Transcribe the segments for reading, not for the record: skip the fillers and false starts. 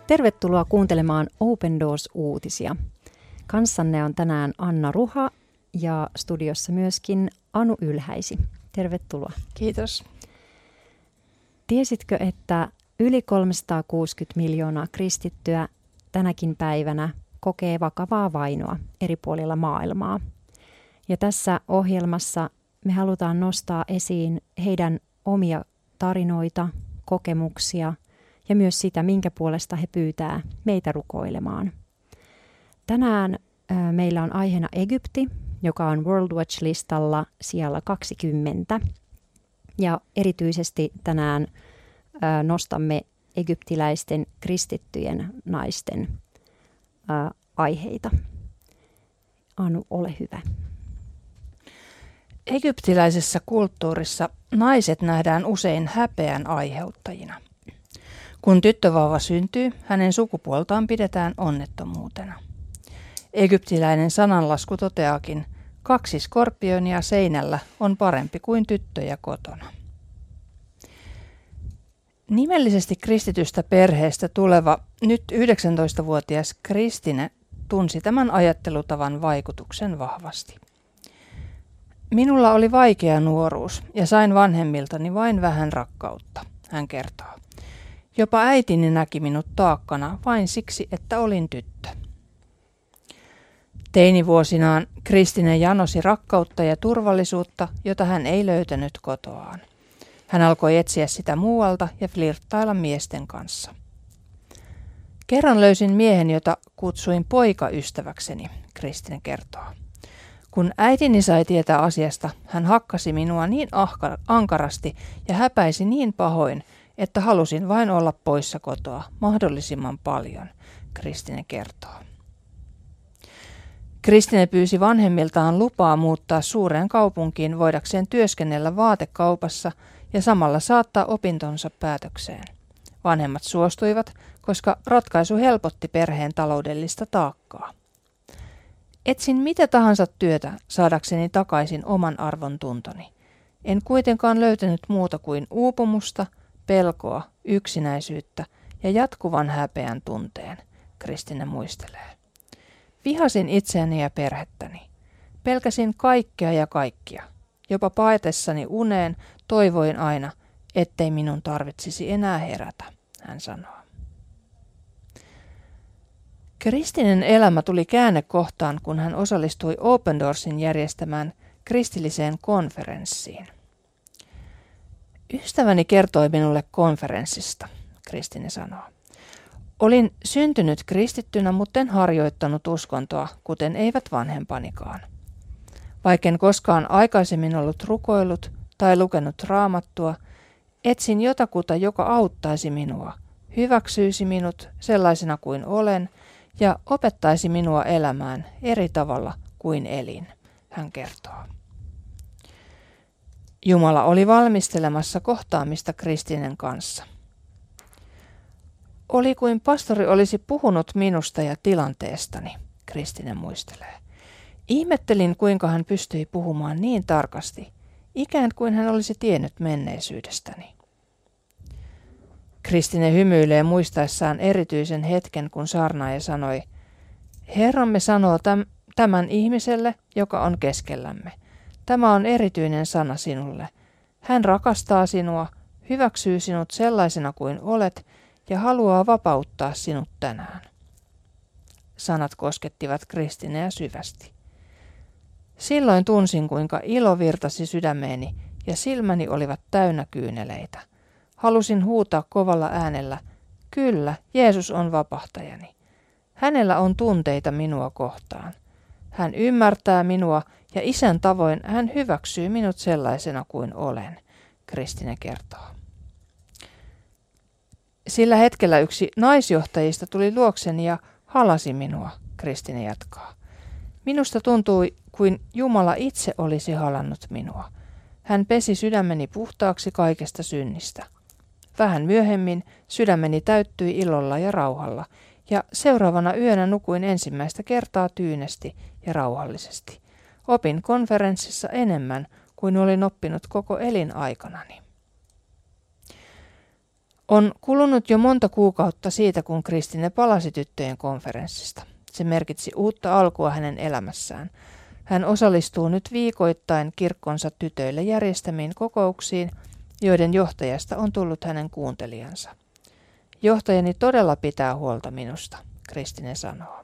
Tervetuloa kuuntelemaan Open Doors-uutisia. Kanssanne on tänään Anna Ruha ja studiossa myöskin Anu Ylhäisi. Tervetuloa. Kiitos. Tiesitkö, että yli 360 miljoonaa kristittyä tänäkin päivänä kokee vakavaa vainoa eri puolilla maailmaa? Ja tässä ohjelmassa me halutaan nostaa esiin heidän omia tarinoita, kokemuksia ja myös sitä, minkä puolesta he pyytää meitä rukoilemaan. Tänään meillä on aiheena Egypti, joka on World Watch-listalla sijalla 20. Ja erityisesti tänään nostamme egyptiläisten kristittyjen naisten aiheita. Anu, ole hyvä. Egyptiläisessä kulttuurissa naiset nähdään usein häpeän aiheuttajina. Kun tyttövauva syntyy, hänen sukupuoltaan pidetään onnettomuutena. Egyptiläinen sananlasku toteaakin, 2 skorpionia seinällä on parempi kuin tyttöjä kotona. Nimellisesti kristitystä perheestä tuleva nyt 19-vuotias Kristine tunsi tämän ajattelutavan vaikutuksen vahvasti. Minulla oli vaikea nuoruus ja sain vanhemmiltani vain vähän rakkautta, hän kertoo. Jopa äitini näki minut taakkana vain siksi, että olin tyttö. Teinivuosinaan Kristine janosi rakkautta ja turvallisuutta, jota hän ei löytänyt kotoaan. Hän alkoi etsiä sitä muualta ja flirttailla miesten kanssa. Kerran löysin miehen, jota kutsuin poikaystäväkseni, Kristine kertoo. Kun äitini sai tietää asiasta, hän hakkasi minua niin ankarasti ja häpäisi niin pahoin, että halusin vain olla poissa kotoa mahdollisimman paljon, Kristine kertoo. Kristine pyysi vanhemmiltaan lupaa muuttaa suureen kaupunkiin voidakseen työskennellä vaatekaupassa ja samalla saattaa opintonsa päätökseen. Vanhemmat suostuivat, koska ratkaisu helpotti perheen taloudellista taakkaa. Etsin mitä tahansa työtä saadakseni takaisin oman arvon tuntoni. En kuitenkaan löytänyt muuta kuin uupumusta, pelkoa, yksinäisyyttä ja jatkuvan häpeän tunteen, Kristine muistelee. Vihasin itseäni ja perhettäni. Pelkäsin kaikkea ja kaikkia. Jopa paetessani uneen toivoin aina, ettei minun tarvitsisi enää herätä, hän sanoo. Kristinen elämä tuli käännekohtaan, kun hän osallistui Open Doorsin järjestämään kristilliseen konferenssiin. Ystäväni kertoi minulle konferenssista, Kristine sanoo. Olin syntynyt kristittynä, mutta en harjoittanut uskontoa, kuten eivät vanhempanikaan. Vaikken koskaan aikaisemmin ollut rukoillut tai lukenut raamattua, etsin jotakuta, joka auttaisi minua, hyväksyisi minut sellaisena kuin olen ja opettaisi minua elämään eri tavalla kuin elin, hän kertoo. Jumala oli valmistelemassa kohtaamista Kristinen kanssa. Oli kuin pastori olisi puhunut minusta ja tilanteestani, Kristine muistelee. Ihmettelin, kuinka hän pystyi puhumaan niin tarkasti, ikään kuin hän olisi tiennyt menneisyydestäni. Kristine hymyilee muistaessaan erityisen hetken, kun saarnaaja sanoi, Herramme sanoo tämän ihmiselle, joka on keskellämme. Tämä on erityinen sana sinulle. Hän rakastaa sinua, hyväksyy sinut sellaisena kuin olet ja haluaa vapauttaa sinut tänään. Sanat koskettivat Kristineä syvästi. Silloin tunsin, kuinka ilo virtasi sydämeeni ja silmäni olivat täynnä kyyneleitä. Halusin huutaa kovalla äänellä, kyllä, Jeesus on vapahtajani. Hänellä on tunteita minua kohtaan. Hän ymmärtää minua ja Isän tavoin hän hyväksyy minut sellaisena kuin olen, Kristine kertoo. Sillä hetkellä yksi naisjohtajista tuli luokseni ja halasi minua, Kristine jatkaa. Minusta tuntui, kuin Jumala itse olisi halannut minua. Hän pesi sydämeni puhtaaksi kaikesta synnistä. Vähän myöhemmin sydämeni täyttyi ilolla ja rauhalla, ja seuraavana yönä nukuin ensimmäistä kertaa tyynesti ja rauhallisesti. Opin konferenssissa enemmän kuin olin oppinut koko elinaikanani. On kulunut jo monta kuukautta siitä, kun Kristine palasi tyttöjen konferenssista. Se merkitsi uutta alkua hänen elämässään. Hän osallistuu nyt viikoittain kirkkonsa tytöille järjestämiin kokouksiin, joiden johtajasta on tullut hänen kuuntelijansa. Johtajani todella pitää huolta minusta, Kristine sanoo.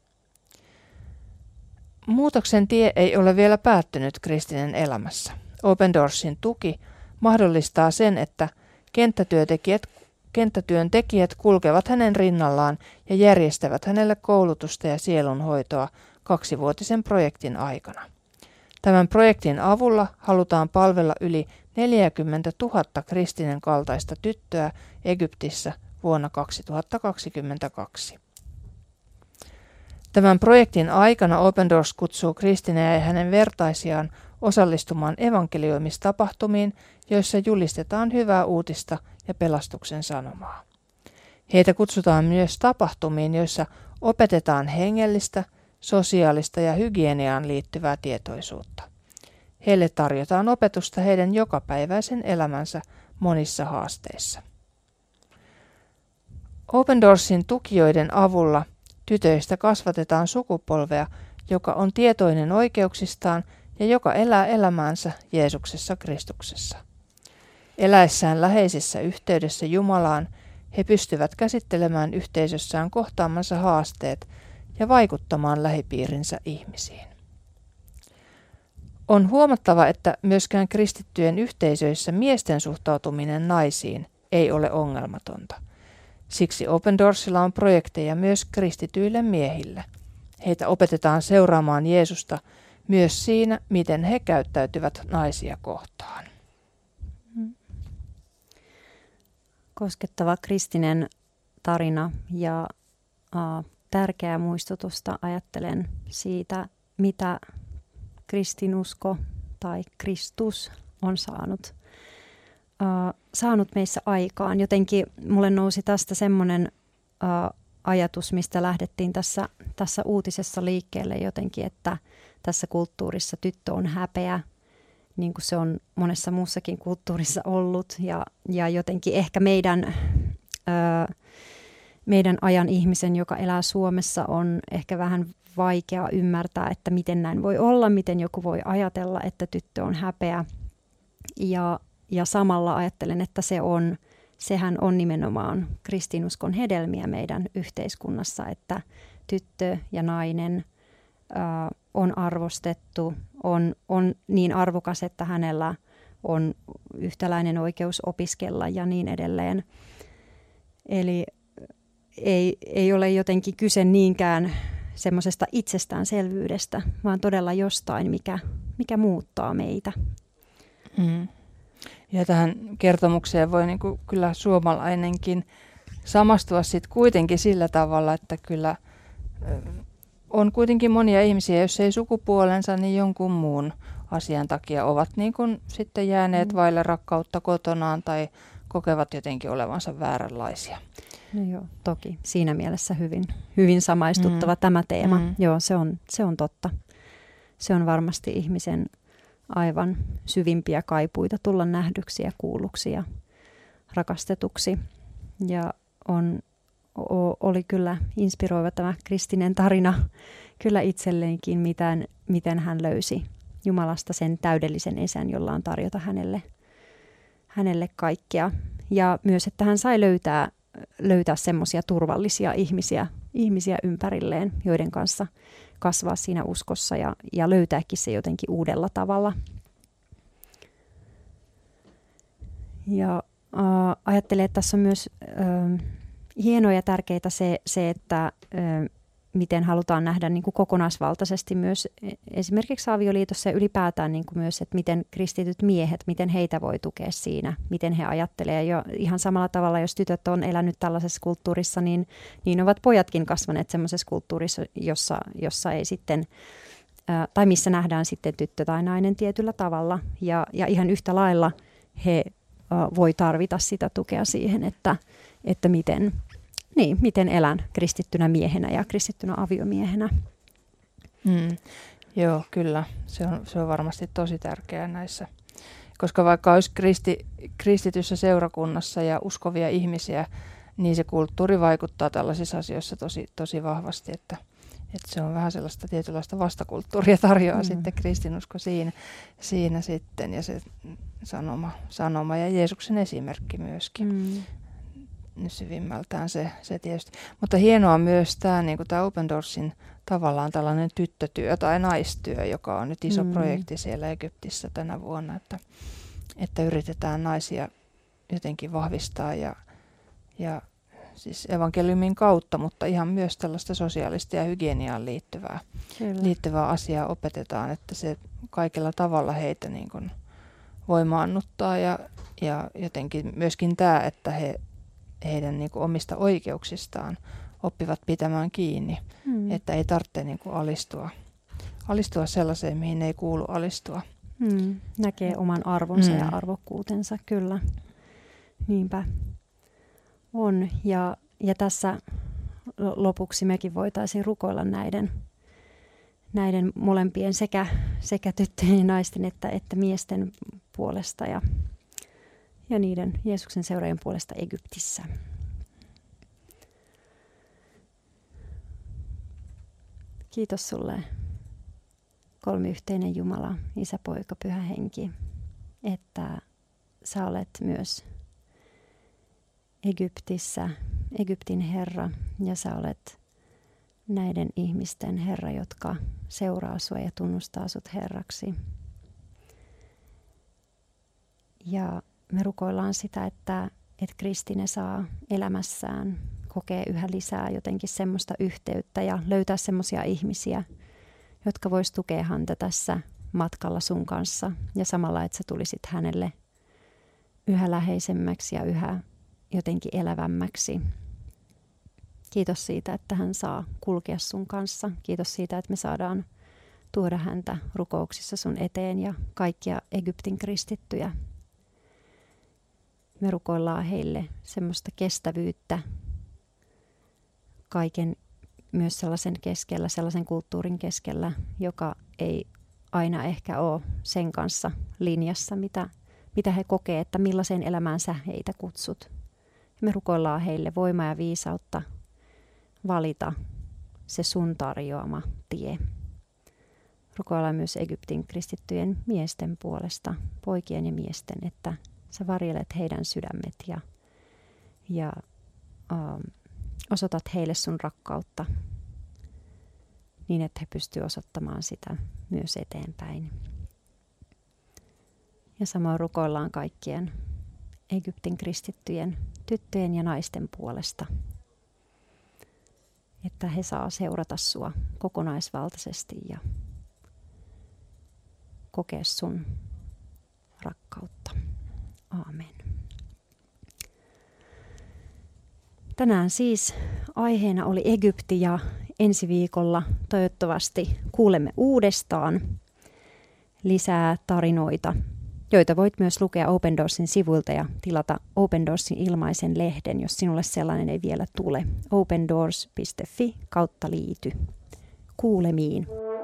Muutoksen tie ei ole vielä päättynyt Kristinen elämässä. Open Doorsin tuki mahdollistaa sen, että kenttätyöntekijät kulkevat hänen rinnallaan ja järjestävät hänelle koulutusta ja sielunhoitoa 2-vuotisen projektin aikana. Tämän projektin avulla halutaan palvella yli 40 000 kristinen kaltaista tyttöä Egyptissä vuonna 2022. Tämän projektin aikana Open Doors kutsuu Kristineä ja hänen vertaisiaan osallistumaan evankelioimistapahtumiin, joissa julistetaan hyvää uutista ja pelastuksen sanomaa. Heitä kutsutaan myös tapahtumiin, joissa opetetaan hengellistä, sosiaalista ja hygieniaan liittyvää tietoisuutta. Heille tarjotaan opetusta heidän jokapäiväisen elämänsä monissa haasteissa. Open Doorsin tukijoiden avulla tytöistä kasvatetaan sukupolvea, joka on tietoinen oikeuksistaan ja joka elää elämäänsä Jeesuksessa Kristuksessa. Eläessään läheisessä yhteydessä Jumalaan he pystyvät käsittelemään yhteisössään kohtaamansa haasteet ja vaikuttamaan lähipiirinsä ihmisiin. On huomattava, että myöskään kristittyjen yhteisöissä miesten suhtautuminen naisiin ei ole ongelmatonta. Siksi Open Doorsilla on projekteja myös kristityille miehille. Heitä opetetaan seuraamaan Jeesusta myös siinä, miten he käyttäytyvät naisia kohtaan. Koskettava kristinen tarina ja tärkeä muistutusta ajattelen siitä, mitä kristinusko tai Kristus on saanut meissä aikaan. Jotenkin mulle nousi tästä semmoinen ajatus, mistä lähdettiin tässä uutisessa liikkeelle jotenkin, että tässä kulttuurissa tyttö on häpeä, niin kuin se on monessa muussakin kulttuurissa ollut. Ja jotenkin ehkä meidän ajan ihmisen, joka elää Suomessa, on ehkä vähän vaikea ymmärtää, että miten näin voi olla, miten joku voi ajatella, että tyttö on häpeä. Ja samalla ajattelen, että sehän on nimenomaan kristinuskon hedelmiä meidän yhteiskunnassa, että tyttö ja nainen on arvostettu, on niin arvokas, että hänellä on yhtäläinen oikeus opiskella ja niin edelleen. Eli ei ole jotenkin kyse niinkään semmoisesta itsestäänselvyydestä, vaan todella jostain, mikä muuttaa meitä. Mm. Ja tähän kertomukseen voi kyllä suomalainenkin samastua sitten kuitenkin sillä tavalla, että kyllä on kuitenkin monia ihmisiä, jos ei sukupuolensa, niin jonkun muun asian takia ovat sitten jääneet vaille rakkautta kotonaan tai kokevat jotenkin olevansa vääränlaisia. No joo, toki. Siinä mielessä hyvin samaistuttava tämä teema. Joo, se on totta. Se on varmasti ihmisen aivan syvimpiä kaipuita tulla nähdyksi ja kuulluksi ja rakastetuksi. Ja oli kyllä inspiroiva tämä kristinen tarina kyllä itselleenkin, miten hän löysi Jumalasta sen täydellisen esän, jolla on tarjota hänelle kaikkea. Ja myös, että hän sai löytää semmoisia turvallisia ihmisiä ympärilleen, joiden kanssa kasvaa siinä uskossa ja löytääkin se jotenkin uudella tavalla. Ja ajattelen, että tässä on myös hienoa ja tärkeää se että miten halutaan nähdä niin kuin kokonaisvaltaisesti myös esimerkiksi avioliitossa ja ylipäätään niin kuin myös, että miten kristityt miehet, miten heitä voi tukea siinä, miten he ajattelee. Ja ihan samalla tavalla, jos tytöt on elänyt tällaisessa kulttuurissa, niin ovat pojatkin kasvaneet semmoisessa kulttuurissa, jossa ei sitten, tai missä nähdään sitten tyttö tai nainen tietyllä tavalla. Ja ihan yhtä lailla he voi tarvita sitä tukea siihen, että miten elän kristittynä miehenä ja kristittynä aviomiehenä. Joo, kyllä. Se on varmasti tosi tärkeää näissä Koska vaikka olisi kristityssä seurakunnassa ja uskovia ihmisiä, niin se kulttuuri vaikuttaa tällaisissa asioissa tosi vahvasti, että se on vähän sellaista tietynlaista vastakulttuuria tarjoaa sitten kristinusko siinä sitten ja se sanoma ja Jeesuksen esimerkki myöskin. Syvimmältään se tietysti. Mutta hienoa myös tämä Open Doorsin tavallaan tällainen tyttötyö tai naistyö, joka on nyt iso projekti siellä Egyptissä tänä vuonna, että yritetään naisia jotenkin vahvistaa ja siis evankeliumin kautta, mutta ihan myös tällaista sosiaalista ja hygieniaan liittyvää asiaa opetetaan, että se kaikella tavalla heitä niin kuin voimaannuttaa ja jotenkin myöskin tämä, että heidän niin kuin omista oikeuksistaan oppivat pitämään kiinni, että ei tarvitse niin kuin alistua sellaiseen, mihin ei kuulu alistua. Näkee oman arvonsa ja arvokkuutensa, kyllä. Niinpä on. Ja tässä lopuksi mekin voitaisiin rukoilla näiden molempien sekä tyttöjen ja naisten että miesten puolesta ja niiden Jeesuksen seuraajien puolesta Egyptissä. Kiitos sulle, kolmiyhteinen Jumala, Isä, Poika, Pyhä Henki, että sä olet myös Egyptissä, Egyptin Herra, ja sä olet näiden ihmisten Herra, jotka seuraa sua ja tunnustaa sut Herraksi. Ja me rukoillaan sitä, että kristine saa elämässään kokea yhä lisää jotenkin semmoista yhteyttä ja löytää semmoisia ihmisiä, jotka vois tukea häntä tässä matkalla sun kanssa. Ja samalla, että sä tulisit hänelle yhä läheisemmäksi ja yhä jotenkin elävämmäksi. Kiitos siitä, että hän saa kulkea sun kanssa. Kiitos siitä, että me saadaan tuoda häntä rukouksissa sun eteen ja kaikkia Egyptin kristittyjä. Me rukoillaan heille semmoista kestävyyttä kaiken myös sellaisen kulttuurin keskellä, joka ei aina ehkä ole sen kanssa linjassa, mitä he kokee, että millaiseen elämään sä heitä kutsut. Me rukoillaan heille voimaa ja viisautta valita se sun tarjoama tie. Rukoillaan myös Egyptin kristittyjen miesten puolesta, poikien ja miesten, että sä varjelet heidän sydämet ja osoitat heille sun rakkautta niin, että he pystyvät osoittamaan sitä myös eteenpäin. Ja samoin rukoillaan kaikkien Egyptin kristittyjen tyttöjen ja naisten puolesta, että he saa seurata sua kokonaisvaltaisesti ja kokea sun rakkautta. Aamen. Tänään siis aiheena oli Egypti ja ensi viikolla toivottavasti kuulemme uudestaan lisää tarinoita, joita voit myös lukea Open Doorsin sivuilta ja tilata Open Doorsin ilmaisen lehden, jos sinulle sellainen ei vielä tule. opendoors.fi/liity. Kuulemiin.